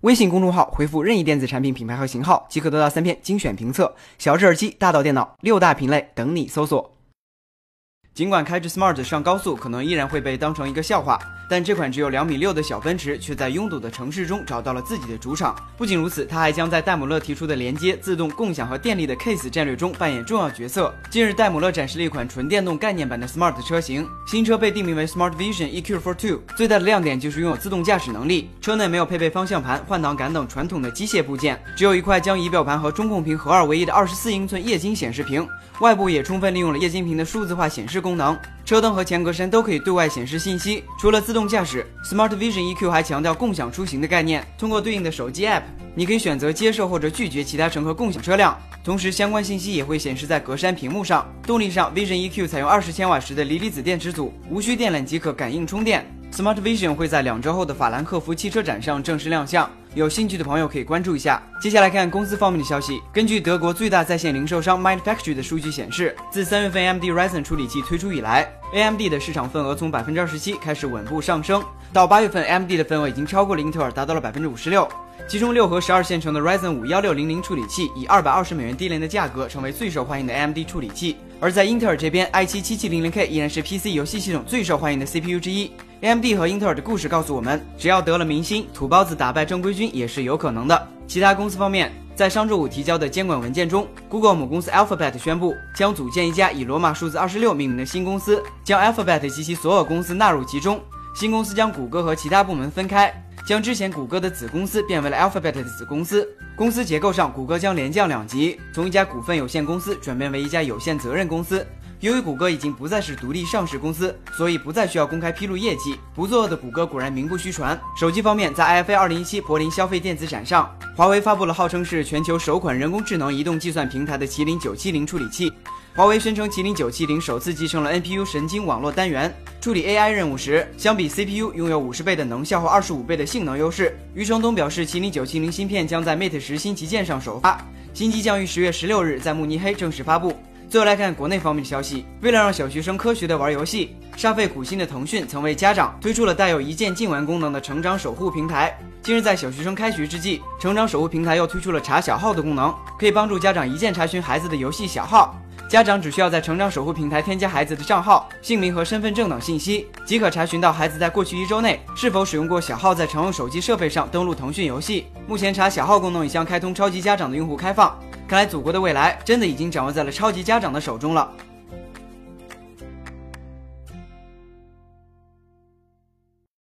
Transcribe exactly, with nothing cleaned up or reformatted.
微信公众号回复任意电子产品品牌和型号，即可得到三篇精选评测。小智耳机，大到电脑，六大品类等你搜索。尽管开着 Smart 上高速可能依然会被当成一个笑话，但这款只有两米六的小奔驰却在拥堵的城市中找到了自己的主场。不仅如此，它还将在戴姆勒提出的连接、自动、共享和电力的 Case 战略中扮演重要角色。近日，戴姆勒展示了一款纯电动概念版的 Smart 车型，新车被定名为 Smart Vision E Q 四十二，最大的亮点就是拥有自动驾驶能力。车内没有配备方向盘、换挡杆等传统的机械部件，只有一块将仪表盘和中控屏合二为一的二十四英寸液晶显示屏，外部也充分利用了液晶屏的数字化显示功能。车灯和前格栅都可以对外显示信息。除了自动驾驶 ，Smart Vision E Q 还强调共享出行的概念。通过对应的手机 App， 你可以选择接受或者拒绝其他乘客共享车辆，同时相关信息也会显示在格栅屏幕上。动力上 ，Vision E Q 采用二十千瓦时的锂离子电池组，无需电缆即可感应充电。Smart Vision 会在两周后的法兰克福汽车展上正式亮相，有兴趣的朋友可以关注一下。接下来看公司方面的消息，根据德国最大在线零售商 Mindfactory 的数据显示，自三月份 A M D Ryzen 处理器推出以来 ，A M D 的市场份额从 百分之二十七 开始稳步上升，到八月份 A M D 的份额已经超过了英特尔，达到了 百分之五十六。其中六核十二线程的 Ryzen 五一六零零处理器以二百二十美元低廉的价格成为最受欢迎的 A M D 处理器，而在英特尔这边 i 七 七七零零 K 依然是 P C 游戏系统最受欢迎的 C P U 之一。A M D 和英特尔的故事告诉我们，只要得了民心，土包子打败正规军也是有可能的。其他公司方面，在上周五提交的监管文件中 ，Google 母公司 Alphabet 宣布将组建一家以罗马数字二十六命名的新公司，将 Alphabet 及其所有公司纳入其中。新公司将谷歌和其他部门分开，将之前谷歌的子公司变为了 Alphabet 的子公司。公司结构上，谷歌将连降两级，从一家股份有限公司转变为一家有限责任公司。由于谷歌已经不再是独立上市公司，所以不再需要公开披露业绩。不作恶的谷歌果然名不虚传。手机方面，在 I F A 二零一七柏林消费电子展上，华为发布了号称是全球首款人工智能移动计算平台的麒麟九七零处理器。华为声称麒麟九七零首次集成了 N P U 神经网络单元，处理 A I 任务时，相比 C P U 拥有五十倍的能效和二十五倍的性能优势。余承东表示，麒麟九七零芯片将在 Mate 十新旗舰上首发，新机将于十月十六日在慕尼黑正式发布。最后来看国内方面的消息，为了让小学生科学地玩游戏，煞费苦心的腾讯曾为家长推出了带有一键禁玩功能的成长守护平台。近日在小学生开学之际，成长守护平台又推出了查小号的功能，可以帮助家长一键查询孩子的游戏小号。家长只需要在成长守护平台添加孩子的账号、姓名和身份证等信息，即可查询到孩子在过去一周内是否使用过小号在常用手机设备上登录腾讯游戏。目前查小号功能已向开通超级家长的用户开放，看来祖国的未来真的已经掌握在了超级家长的手中了。